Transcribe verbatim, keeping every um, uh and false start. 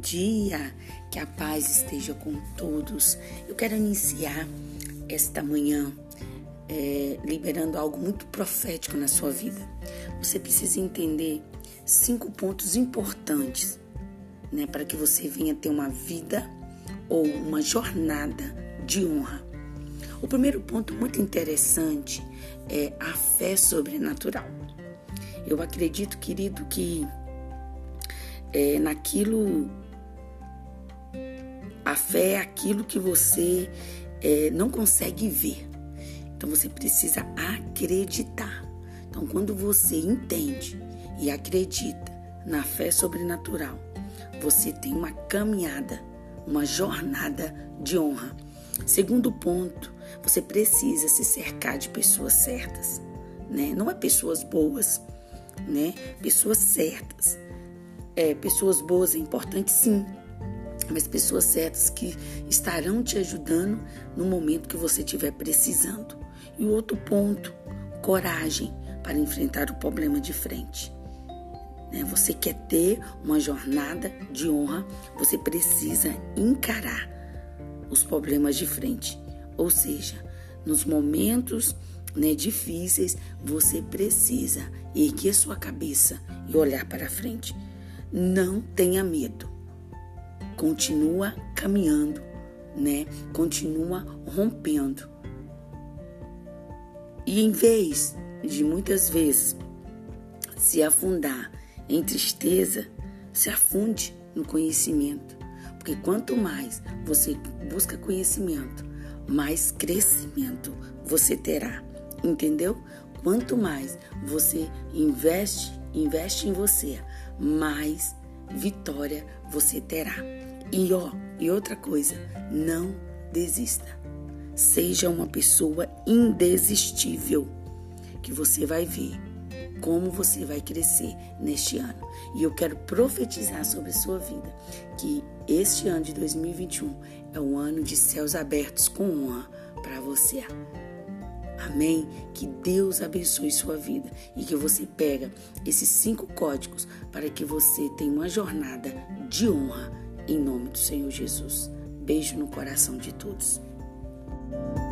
dia, que a paz esteja com todos. Eu quero iniciar esta manhã é, liberando algo muito profético na sua vida. Você precisa entender cinco pontos importantes, né, para que você venha ter uma vida ou uma jornada de honra. O primeiro ponto muito interessante é a fé sobrenatural. Eu acredito, querido, que é, naquilo, a fé é aquilo que você é, não consegue ver. Então você precisa acreditar. Então quando você entende e acredita na fé sobrenatural, você tem uma caminhada, uma jornada de honra. Segundo ponto, você precisa se cercar de pessoas certas, né? Não é pessoas boas, né? Pessoas certas. É, pessoas boas é importante, sim, mas pessoas certas que estarão te ajudando no momento que você estiver precisando. E o outro ponto, coragem para enfrentar o problema de frente. Né? Você quer ter uma jornada de honra, você precisa encarar os problemas de frente. Ou seja, nos momentos, né, difíceis, você precisa erguer sua cabeça e olhar para frente. Não tenha medo. Continua caminhando, né? Continua rompendo. E em vez de muitas vezes se afundar em tristeza, se afunde no conhecimento. Porque quanto mais você busca conhecimento, mais crescimento você terá. Entendeu? Quanto mais você investe, investe em você, mais vitória você terá. E ó, e outra coisa, não desista. Seja uma pessoa indesistível, que você vai ver como você vai crescer neste ano. E eu quero profetizar sobre a sua vida, que este ano de dois mil e vinte e um é um ano de céus abertos com honra para você. Amém? Que Deus abençoe sua vida e que você pega esses cinco códigos para que você tenha uma jornada de honra em nome do Senhor Jesus. Beijo no coração de todos.